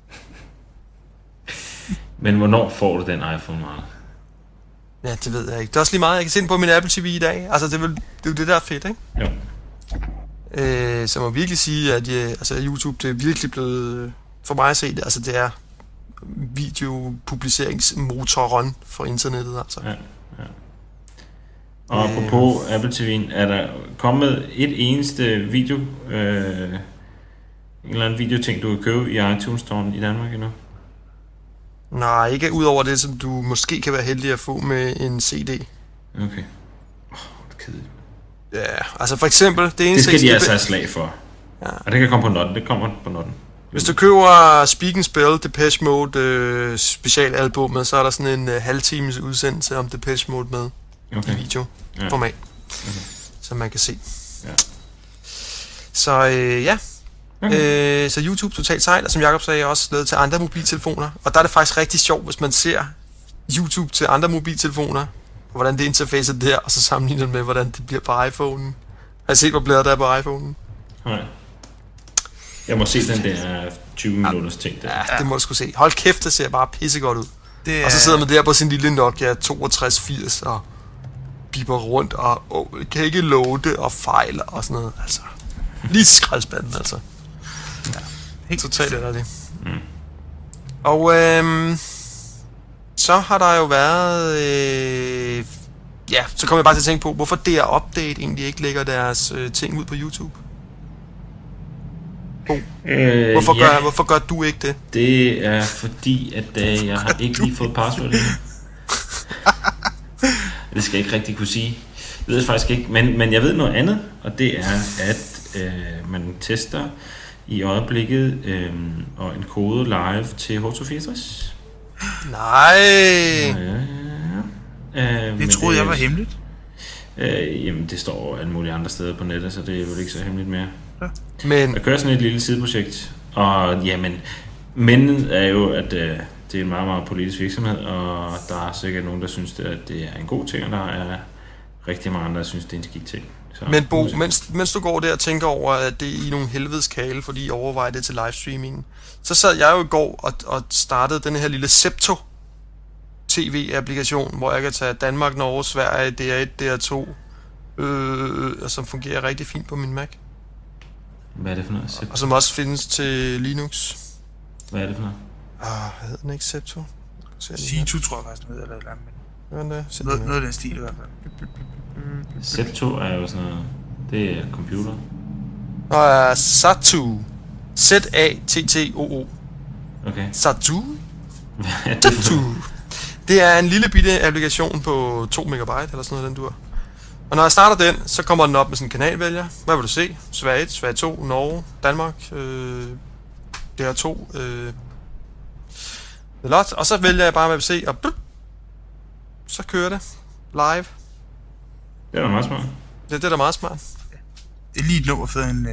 Men hvornår får du den iPhone, Magnus? Ja, det ved jeg ikke. Det er også lige meget, jeg kan se den på min Apple TV i dag. Altså, det er jo det, der er fedt, ikke? Jo. Så jeg må virkelig sige, at YouTube, det er virkelig blevet... For mig at se det, altså det er videopubliceringsmotoren for internettet, altså. Ja. Og apropos Apple TV'en, er der kommet et eneste video, en eller anden videoting, du kan købe i iTunes Store i Danmark endnu? Nej, ikke ud over det, som du måske kan være heldig at få med en CD. Okay. Det er kedeligt. Ja, altså for eksempel... Det skal de altså have slag for. Ja. Og det kan komme på notten. Det kommer på notten. Hvis du køber Speak and Spell Depeche Mode specialalbummet, så er der sådan en halvtimes udsendelse om Depeche Mode med i videoformat, som man kan se. Ja. Så ja. Okay. Så YouTube totalt sejt, og som Jacob sagde, også lavet til andre mobiltelefoner. Og der er det faktisk rigtig sjovt, hvis man ser YouTube til andre mobiltelefoner, og hvordan det interfacer der, og så sammenligner med, hvordan det bliver på iPhone'en. Har I set, hvor blæret der er på iPhone'en? Nej. Jeg må se den der 20 minutters ting der. Ja, det må du sgu se. Hold kæft, det ser bare pissegodt ud. Det er... Og så sidder man der på sin lille Nokia 6280 og biber rundt og kan ikke loade og fejle og sådan noget. Altså, lige skraldspanden, altså. Ja, helt totalt er det. Og så har der jo været... så kommer jeg bare til at tænke på, hvorfor DR Update egentlig ikke lægger deres ting ud på YouTube. Hvorfor gør du ikke det? Det er fordi, at jeg har ikke lige fået password endnu. Det skal jeg ikke rigtig kunne sige. Det ved jeg faktisk ikke, men jeg ved noget andet, og det er, at man tester i øjeblikket og en kode live til H264. Nej. Det troede jeg var hemmeligt. Jamen, det står alle mulige andre steder på nettet, så det er jo ikke så hemmeligt mere. Ja. Men der kører sådan et lille sideprojekt, og jamen, men er jo, at det er en meget, meget politisk virksomhed, og der er sikkert nogen, der synes, at det er en god ting, og der er rigtig mange andre, der synes, det er en skidt ting. Så, men Bo, mens du går der og tænker over, at det er i nogle helvedes kale, fordi I overvejer det til livestreamingen, så sad jeg jo i går og startede den her lille Zepto TV-applikation, hvor jeg kan tage Danmark, Norge, Sverige, DR1, DR2, som fungerer rigtig fint på min Mac. Hvad er det for noget? Zepto? Og som også findes til Linux. Hvad er det for noget? Hvad hedder den ikke? Zepto? Situ tror jeg faktisk, den hedder, eller noget af den stil i hvert fald. Zepto er jo sådan noget, det er computer. Satu. Z-A-T-T-O-O. Okay. Satu? Hvad er det for noget? Det er en lille bitte applikation på 2 megabyte, eller sådan noget, den dur. Og når jeg starter den, så kommer den op med sådan en kanalvælger. Hvad vil du se? Sverige 1, Sverige 2, Norge, Danmark, DR2, lot. Og så vælger jeg bare, hvad jeg vil se, og så kører det live. Det er da meget smart. Det er da meget smart. Det er lige et nummer for en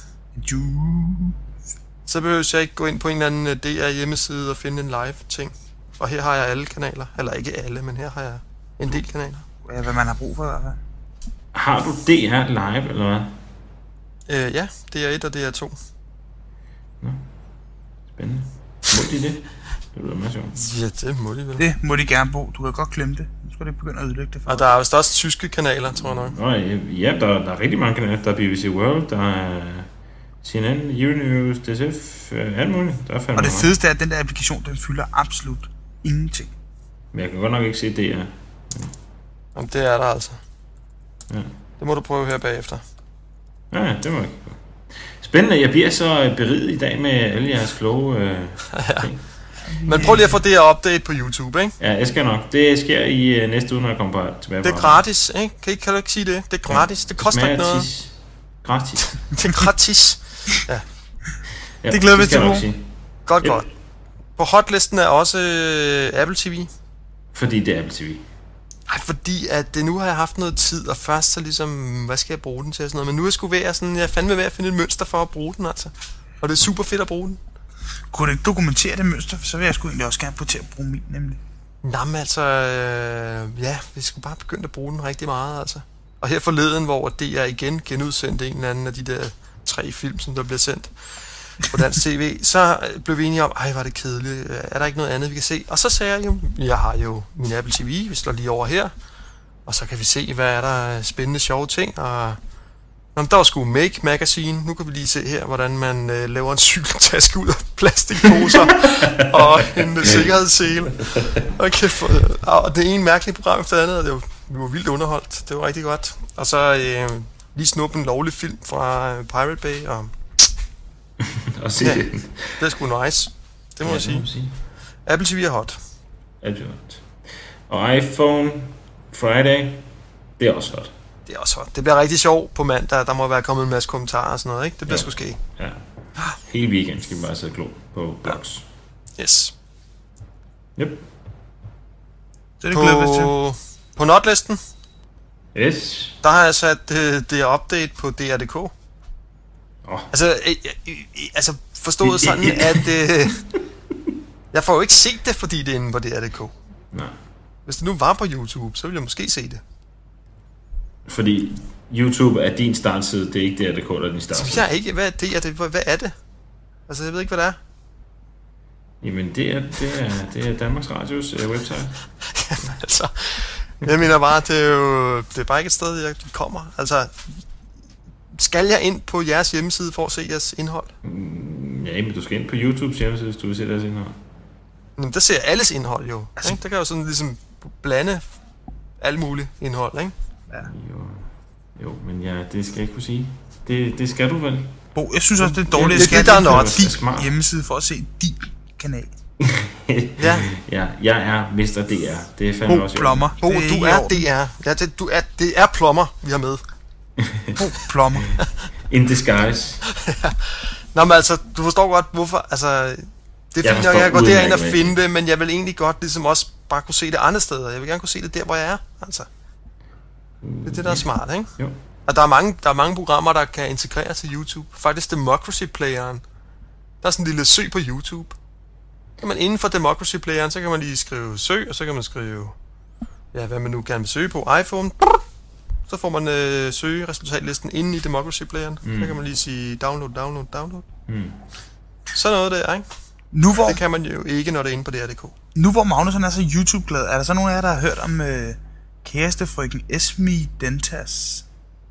Så behøver jeg ikke gå ind på en eller anden DR hjemmeside og finde en live ting. Og her har jeg alle kanaler. Eller ikke alle, men her har jeg en del kanaler. Hvad man har brug for i hvert fald. Har du DR live, eller hvad? Ja, DR1 og DR2. Nå. Spændende. Må de det? Det lyder meget sjovt. Ja, det må de vel. Det må de gerne bruge. Du kan godt glemme det. Nu skal de begynde at ødelægge det for. Og der er vist også tyske kanaler, tror jeg nok. Nå, ja, der er rigtig mange kanaler. Der er BBC World, der er CNN, Euronews, DSF, alt muligt. Der er og det fedeste er, at den der applikation, den fylder absolut ingenting. Men jeg kan godt nok ikke se DR. Jamen, det er der altså. Ja. Det må du prøve her bagefter. Ja, det var ikke godt. Spændende, jeg bliver så beriget i dag med alle jeres kloge ting. Men prøv lige at få det her update på YouTube, ikke? Ja, jeg skal nok. Det sker i næste uge, når jeg kommer tilbage på. Det er gratis, ikke? Kan du ikke sige det? Det er gratis. Det koster ikke noget. Gratis. Det er gratis. Ja. Ja, det glæder vi til. Godt. På hotlisten er også Apple TV. Fordi det er Apple TV. Ej, fordi at nu har jeg haft noget tid, og først så ligesom, hvad skal jeg bruge den til og sådan noget. Men nu er jeg sgu ved at sådan, jeg er fandme ved at finde et mønster for at bruge den, altså. Og det er super fedt at bruge den. Kunne du ikke dokumentere det mønster, så vil jeg sgu egentlig også gerne på til at bruge min, nemlig. Nå, men altså, ja, vi skulle bare begynde at bruge den rigtig meget, altså. Og her forleden, hvor DR igen genudsendte en eller anden af de der 3 film, som der bliver sendt på dansk tv, så blev vi enige om, ej, var det kedeligt, er der ikke noget andet, vi kan se? Og så sagde jeg jo, jeg har jo min Apple TV, vi slår lige over her, og så kan vi se, hvad er der spændende, sjove ting, og der var sgu Make Magazine, nu kan vi lige se her, hvordan man laver en cykeltaske ud af plastikposer, og en sikkerhedssele, og det ene mærkelige program efter andet, og det var vildt underholdt, det var rigtig godt, og så lige snuppe en lovlig film fra Pirate Bay, og se ja, det. det er sgu nice. Det må jeg sige. Apple TV er hot. Apple hot. Og iPhone Friday, det er også hot. Det er også hot. Det bliver rigtig sjovt på mandag. Der må være kommet en masse kommentarer og sådan noget, ikke? Det bliver sgu ske. Ja. Hele weekend skal vi bare sidde klog på blogs. Yes. Yep. Så det glæder vi til. På notlisten, Yes. der har jeg sat det update på DR.dk. Altså forstået sådan, at jeg får jo ikke set det, fordi det er inde på DR.dk. Nej. Hvis det nu var på YouTube, så ville jeg måske se det. Fordi YouTube er din startside, det er ikke DR.dk, der er din startside. Så jeg ikke, hvad er det? Altså, jeg ved ikke, hvad det er. Jamen, det er Danmarks Radios website. Jamen, altså, jeg mener bare, det er bare ikke et sted, jeg kommer. Altså, skal jeg ind på jeres hjemmeside for at se jeres indhold? Ja, men du skal ind på YouTubes hjemmeside, hvis du vil se deres indhold. Men der ser alles indhold jo. Altså, ikke? Der kan jo sådan ligesom blande alt muligt indhold, ikke? Ja. Jo, men ja, det skal jeg ikke kunne sige. Det skal du vel? Bo, jeg synes også, det er dårligt, at skal din hjemmeside for at se din kanal. Ja. Ja, jeg er Mr. DR. Det er fandme også Plommer. Bo, du er DR. Ja, det er plommer, vi har med. Bo, plommer. In disguise. Nå, men altså, du forstår godt, hvorfor, altså, det er fint, jeg kan gå derind og finde det, men jeg vil egentlig godt ligesom også bare kunne se det andre steder. Jeg vil gerne kunne se det der, hvor jeg er, altså. Det er det, der er smart, ikke? Jo. Og der er mange programmer, der kan integrere til YouTube. Faktisk Democracy Playeren. Der er sådan en lille søg på YouTube. Kan man inden for Democracy Playeren, så kan man lige skrive søg, og så kan man skrive, ja, hvad man nu gerne vil søge på. iPhone. Så får man søgeresultatlisten inde i Democracy Playeren. Så kan man lige sige download. Sådan noget der, ikke? Det kan man jo ikke, når det er inde på DR.dk. Nu hvor Magnus er så YouTube-glad, er der så nogen af jer, der har hørt om kærestefrøken Esme Dentas?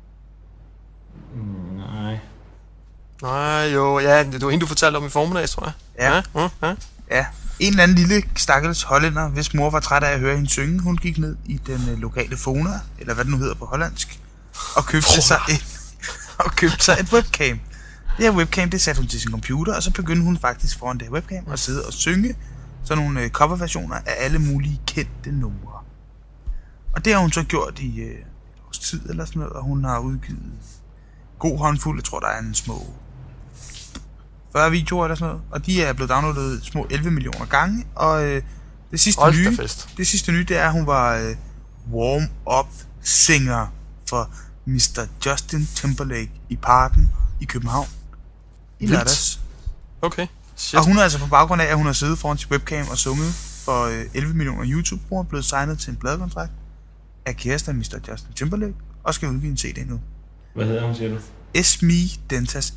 Nej, jo, ja, det var en, du fortalte om i formiddag, tror jeg. Ja. En eller anden lille stakkels hollænder, hvis mor var træt af at høre hende synge, hun gik ned i den lokale Fona, eller hvad den nu hedder på hollandsk, og købte sig et webcam. Det her webcam, det satte hun til sin computer, og så begyndte hun faktisk foran det her webcam at sidde og synge sådan nogle coverversioner af alle mulige kendte numre. Og det har hun så gjort i et års tid eller sådan noget, og hun har udgivet god håndfuld, jeg tror der er en små 40 videoer eller sådan noget, og de er blevet downloadet små 11 millioner gange, og det sidste nye, det er, at hun var warm-up singer for Mr. Justin Timberlake i Parken i København i lørdags. Okay. Shit. Og hun er altså på baggrund af, at hun har siddet foran sin webcam og sunget for 11 millioner YouTube-brugere, blevet signet til en pladekontrakt af kæresten Mr. Justin Timberlake, og skal udgive en CD nu. Hvad hedder hun, siger du? Esme Dentas.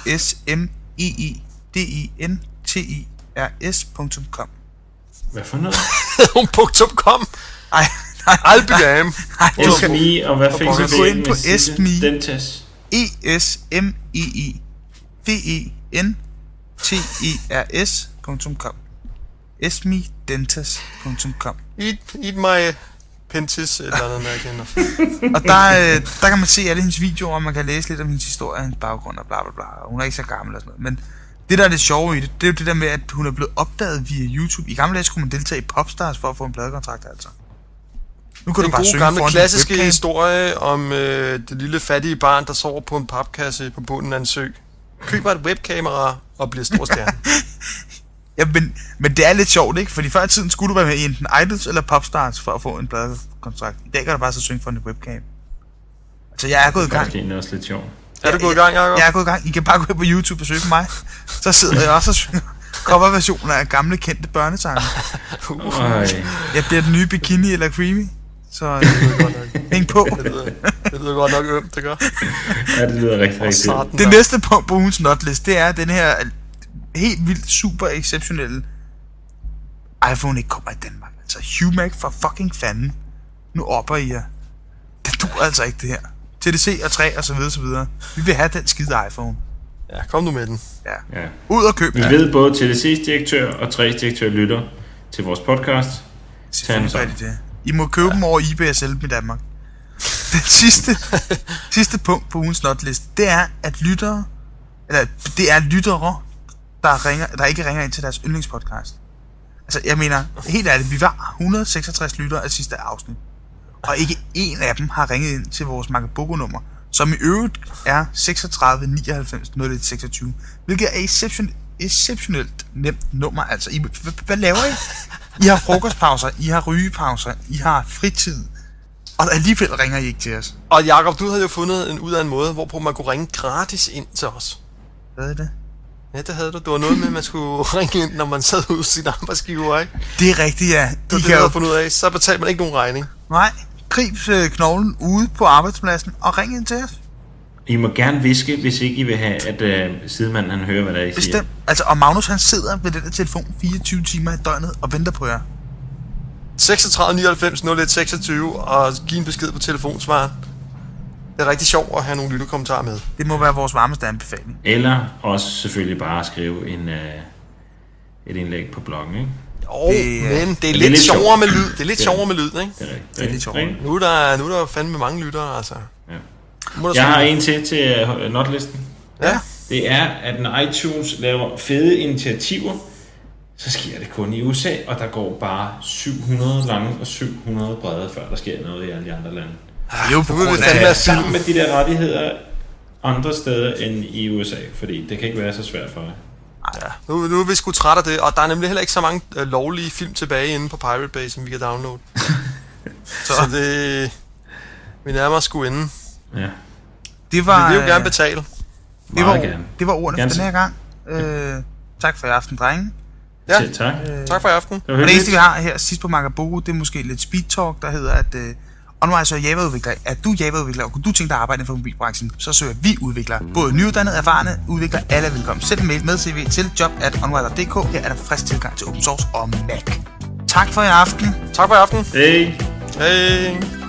ESMEEDENTIRS.com. Hvad for noget? .com. Nej. Albigam. Esme, og hvad fik så gå ind på Esme Dentas? ESMEEDENTIRS.com. ESMEDentas.com. Eat my Pintis eller andet, jeg kender. Og der kan man se alle hendes videoer, og man kan læse lidt om hendes historie, hendes baggrund og bla bla bla. Hun er ikke så gammel og sådan noget. Men det, der er det sjove i det, det er jo det der med, at hun er blevet opdaget via YouTube. I gamle dage skulle man deltage i Popstars for at få en pladekontrakt, altså. Nu kan Den du bare gode gamle klassiske historie om det lille fattige barn, der sover på en papkasse på bunden af en sø. Køber et webkamera og bliver stor stjerne. Ja, men det er lidt sjovt, ikke? Fordi før i tiden skulle du være med i enten Idols eller Popstars for at få en pladekontrakt. I dag kan du bare så synge for en webcam. Altså, jeg er gået i gang. Det er også lidt sjovt. Er du gået i gang, Jacob? Jeg er gået i gang. I kan bare gå ind på YouTube og søge på mig. Så sidder jeg også og synger coverversioner af gamle, kendte børnesange. Jeg bliver den nye Bikini eller Creamy. Så hæng på. Det lyder godt nok ømt, det gør. Ja, det lyder rigtig rigtigt. Det næste punkt på ugens notlist, det er den her helt vildt super exceptionelle iPhone ikke kommer i Danmark. Altså Humac for fucking fanden. Nu opper I jer. Det dur altså ikke det her. TDC og 3 og så videre, så videre. Vi vil have den skide iPhone. Ja, kom nu med den. Ja. Ud og køb. Vi ved både TDC's direktør og 3's direktør lytter til vores podcast. Det. I må købe dem over eBay og sælge dem i Danmark. Den sidste punkt på ugens notlist, det er at lyttere, der ikke ringer ind til deres yndlingspodcast. Altså, jeg mener, helt ærligt, vi var 166 lyttere af sidste afsnit. Og ikke én af dem har ringet ind til vores Magabogo-nummer, som i øvrigt er 36 99 01 26, hvilket er exceptionelt nemt nummer. Altså, hvad laver I? I har frokostpauser, I har rygepauser, I har fritid, og alligevel ringer I ikke til os. Og Jacob, du havde jo fundet ud af en måde, hvorpå man kunne ringe gratis ind til os. Hvad er det? Ja, det havde du. Det var noget med, at man skulle ringe ind, når man sad ude hos sin arbejdsgiver, ikke? Det er rigtigt, ja. Det havde jeg fundet ud af. Så betalte man ikke nogen regning. Nej, grib knoglen ude på arbejdspladsen og ring ind til os. I må gerne viske, hvis ikke I vil have, at sidemanden han hører, hvad der er, I siger. Bestemt. Altså, og Magnus han sidder ved den der telefon 24 timer i døgnet og venter på jer. 36 99 01 26 og giv en besked på telefonsvaren. Det er rigtig sjovt at have nogle lytterkommentarer med. Det må være vores varmeste anbefaling. Eller også selvfølgelig bare skrive et indlæg på bloggen, ikke? Jo, men det er lidt sjovere med lyd. Det er lidt sjovere med lyd, ikke? Det er lidt sjovere. Nu er der fandme mange lyttere, altså. Ja. Jeg har en til notlisten. Ja. Det er, at når iTunes laver fede initiativer, så sker det kun i USA, og der går bare 700 lange og 700 brede, før der sker noget i alle de andre lande. Jo, på grund af sammen med de der rettigheder andre steder end i USA, fordi det kan ikke være så svært for jer. Ja. Nu er vi sgu træt af det, og der er nemlig heller ikke så mange lovlige film tilbage inde på Pirate Bay, som vi kan downloade. så det... Vi nærmer sgu inden. Ja. Det var, vi vil jo gerne betale. Det var ordene for den her gang. Tak for i aften, drenge. Ja, tak. Tak for i aften. Og det eneste, vi har her sidst på Magabogo, det er måske lidt speed talk, der hedder, at Onwise og Java-udvikler. Er du Java-udvikler, og kunne du tænke dig at arbejde inden for mobilbranchen, så søger vi udviklere. Både nyuddannede, erfarne udviklere, alle er velkommen. Send en mail med CV til job@onwise.dk. Her er der frisk tilgang til open source og Mac. Tak for i aften. Tak for i aften. Hej. Hej.